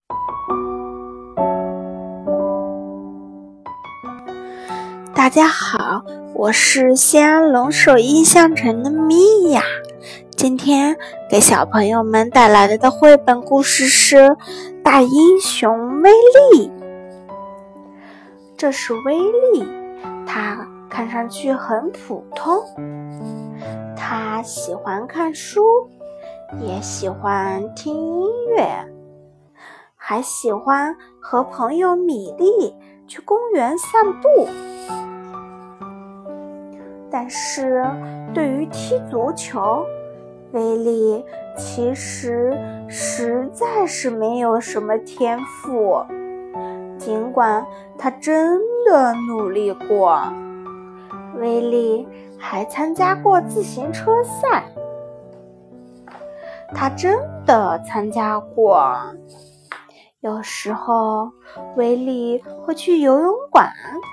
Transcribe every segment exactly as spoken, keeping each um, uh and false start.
大家好，我是西安龙首印象城的米娅。今天给小朋友们带来的绘本故事是《大英雄威利》。这是威利，他看上去很普通，他喜欢看书，也喜欢听音乐，还喜欢和朋友米莉去公园散步。但是对于踢足球，威利其实实在是没有什么天赋，尽管他真的努力过。威利还参加过自行车赛，他真的参加过。有时候威利会去游泳馆，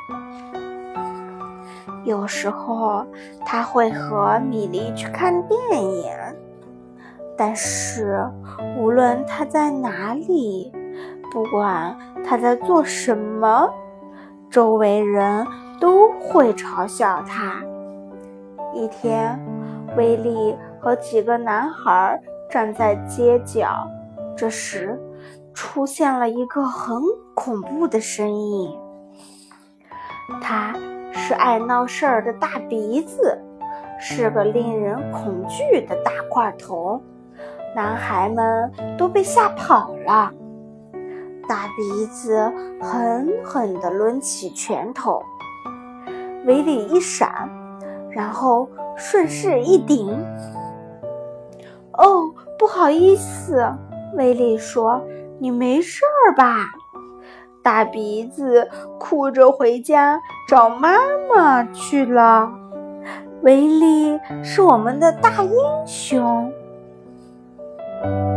有时候他会和米莉去看电影，但是无论他在哪里，不管他在做什么，周围人都会嘲笑他。一天，威利和几个男孩站在街角，这时出现了一个很恐怖的身影，他是爱闹事儿的大鼻子，是个令人恐惧的大块头，男孩们都被吓跑了。大鼻子狠狠地抡起拳头，威利一闪，然后顺势一顶。哦，不好意思，威利说，你没事儿吧？大鼻子哭着回家找妈妈去了。威利是我们的大英雄。